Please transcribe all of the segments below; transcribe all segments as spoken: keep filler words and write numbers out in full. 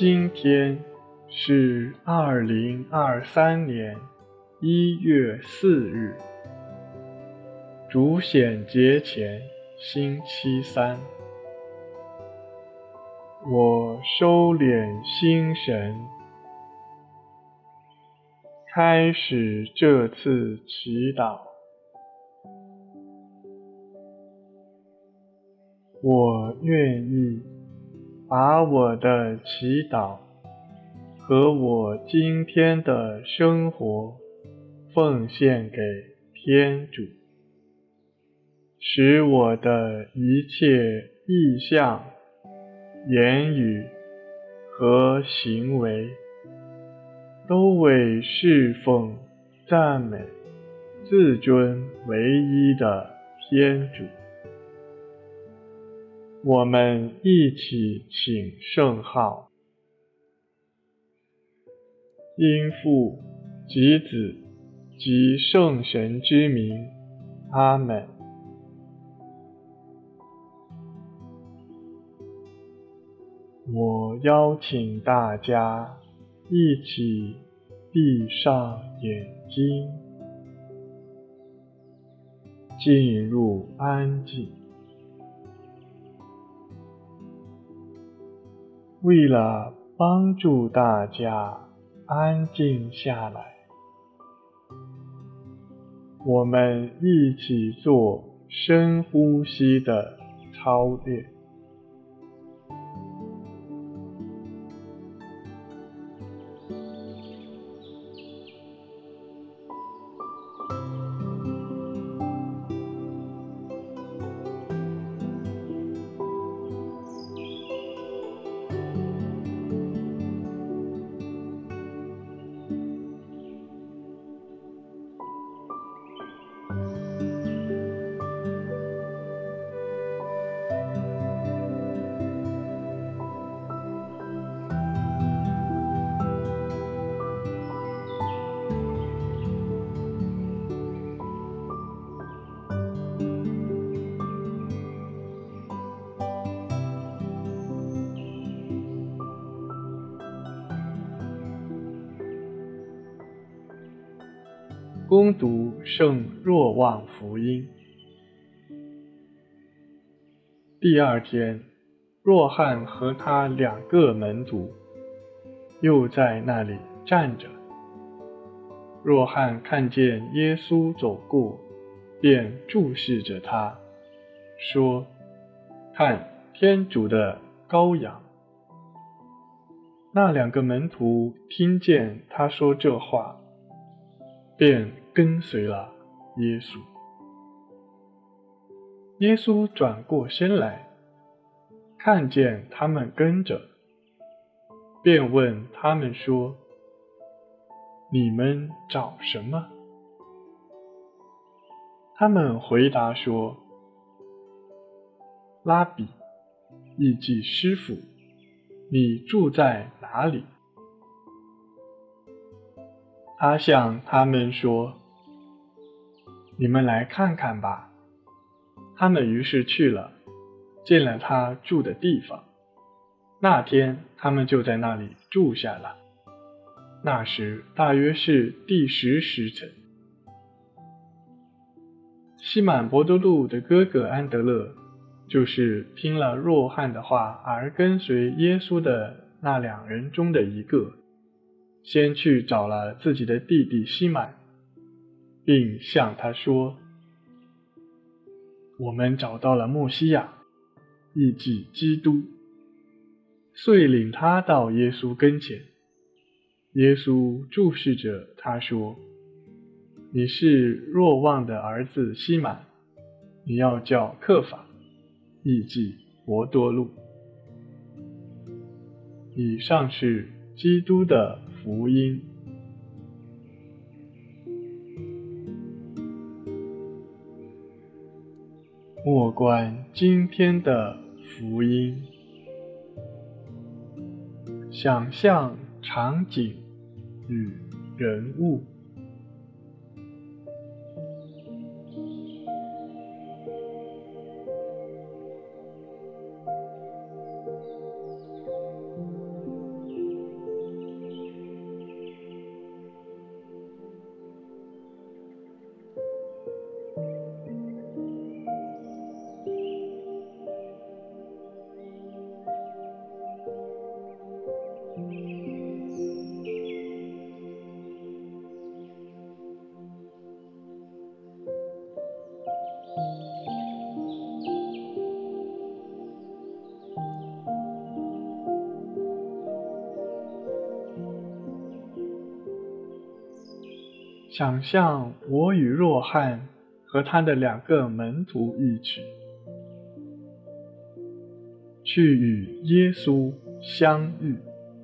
今天是二零二三年一月四日，主显节前星期三。我收敛心神，开始这次祈祷。我愿意把我的祈祷和我今天的生活奉献给天主，使我的一切意向、言语和行为都为侍奉、赞美、自尊唯一的天主。我们一起请圣号。因父及子及圣神之名，阿们。我邀请大家一起闭上眼睛，进入安静。为了帮助大家安静下来，我们一起做深呼吸的操练。恭读圣若望福音。第二天，若翰和他两个门徒又在那里站着。若翰看见耶稣走过，便注视着他，说：看，天主的羔羊。那两个门徒听见他说这话，便跟随了耶稣。耶稣转过身来，看见他们跟着，便问他们说：你们找什么？他们回答说：拉比，意即师傅，你住在哪里？他向他们说：你们来看看吧。他们于是去了，见了他住的地方。那天他们就在那里住下了。那时大约是第十时辰。西满伯多禄的哥哥安德勒，就是听了若翰的话而跟随耶稣的那两人中的一个，先去找了自己的弟弟西满，并向他说：我们找到了默西亚，意即基督。遂领他到耶稣跟前。耶稣注视着他说：你是若望的儿子西满，你要叫刻法，意即伯多禄。以上是基督的福音。默观今天的福音，想象场景与人物。 想象我与若翰和他的两个门徒一起去与耶稣相遇。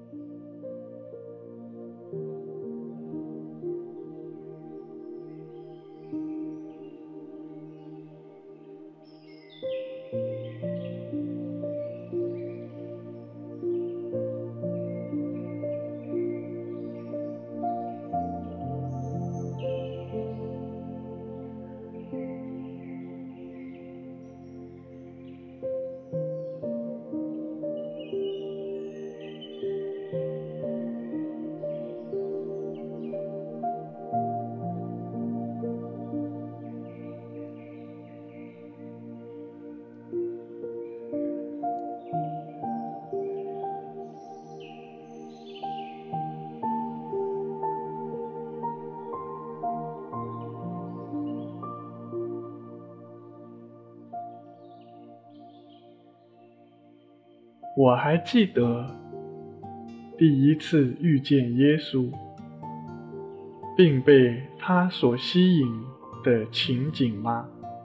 我还记得第一次遇见耶稣，并被他所吸引的情景吗？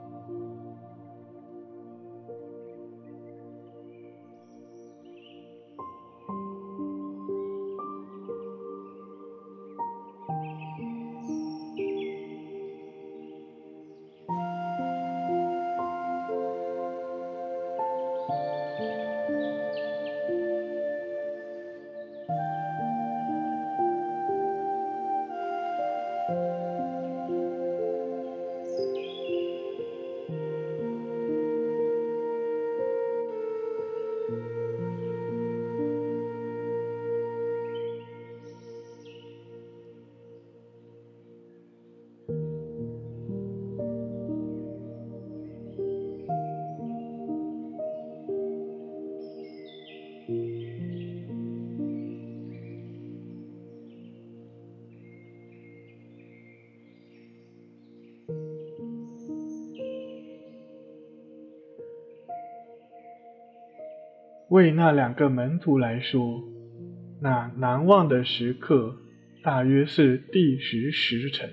为那两个门徒来说，那难忘的时刻大约是第十时辰。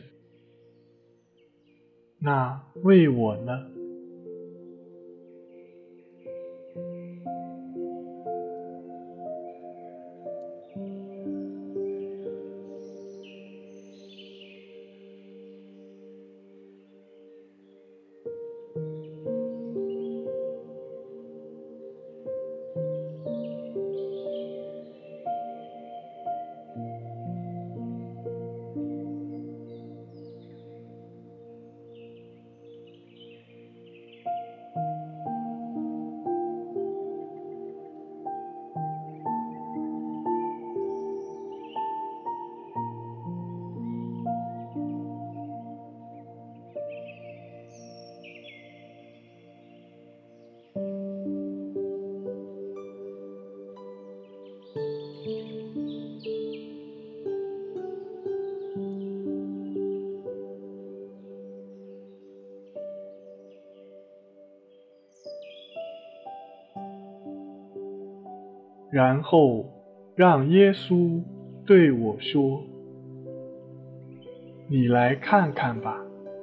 那为我呢？然后让耶稣对我说：“你来看看吧。”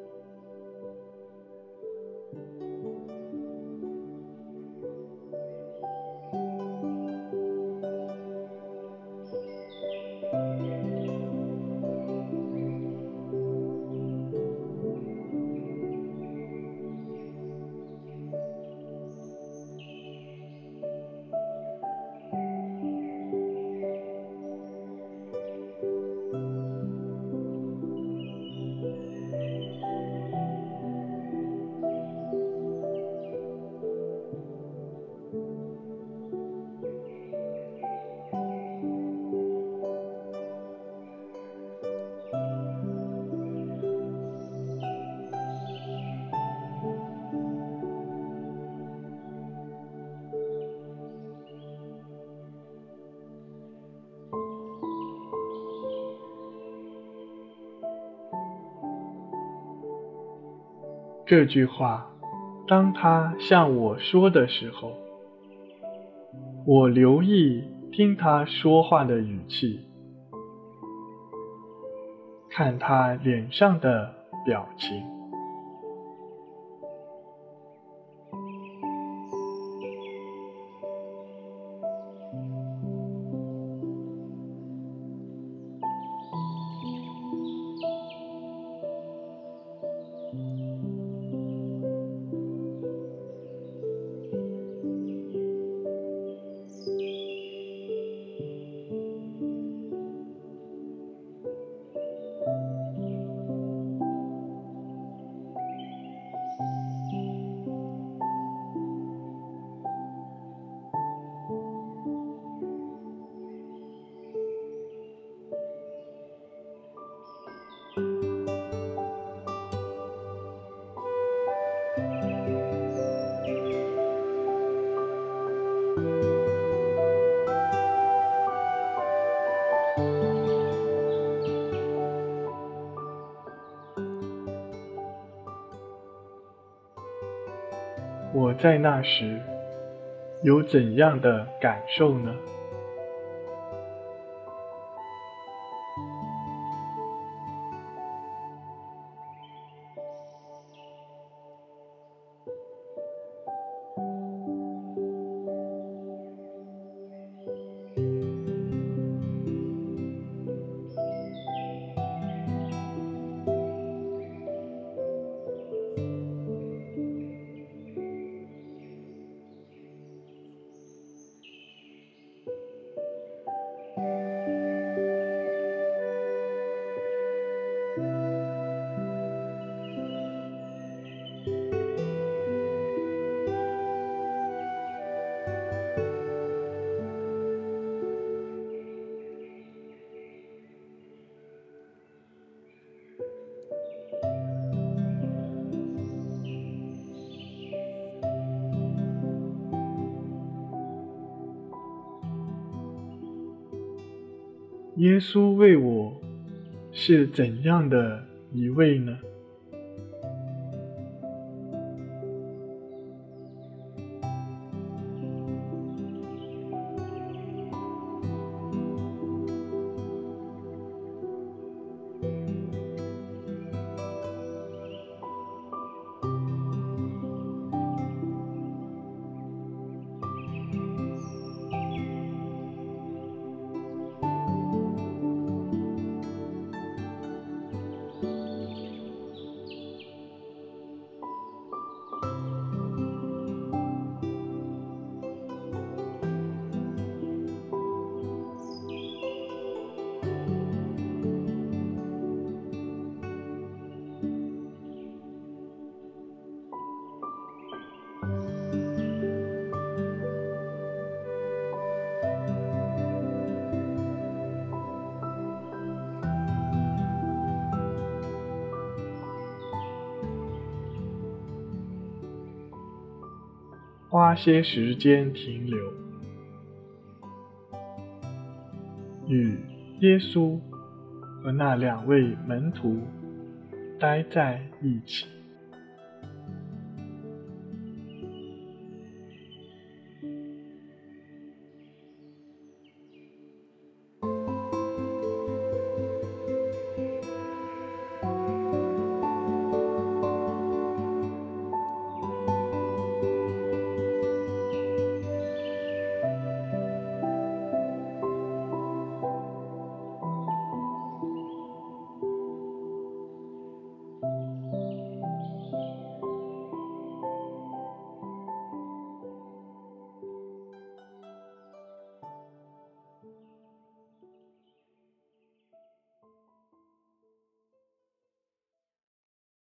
这句话，当他向我说的时候，我留意听他说话的语气， 看他脸上的表情。我在那时有怎样的感受呢？耶稣为我是怎样的一位呢？花些时间停留，与耶稣和那两位门徒待在一起。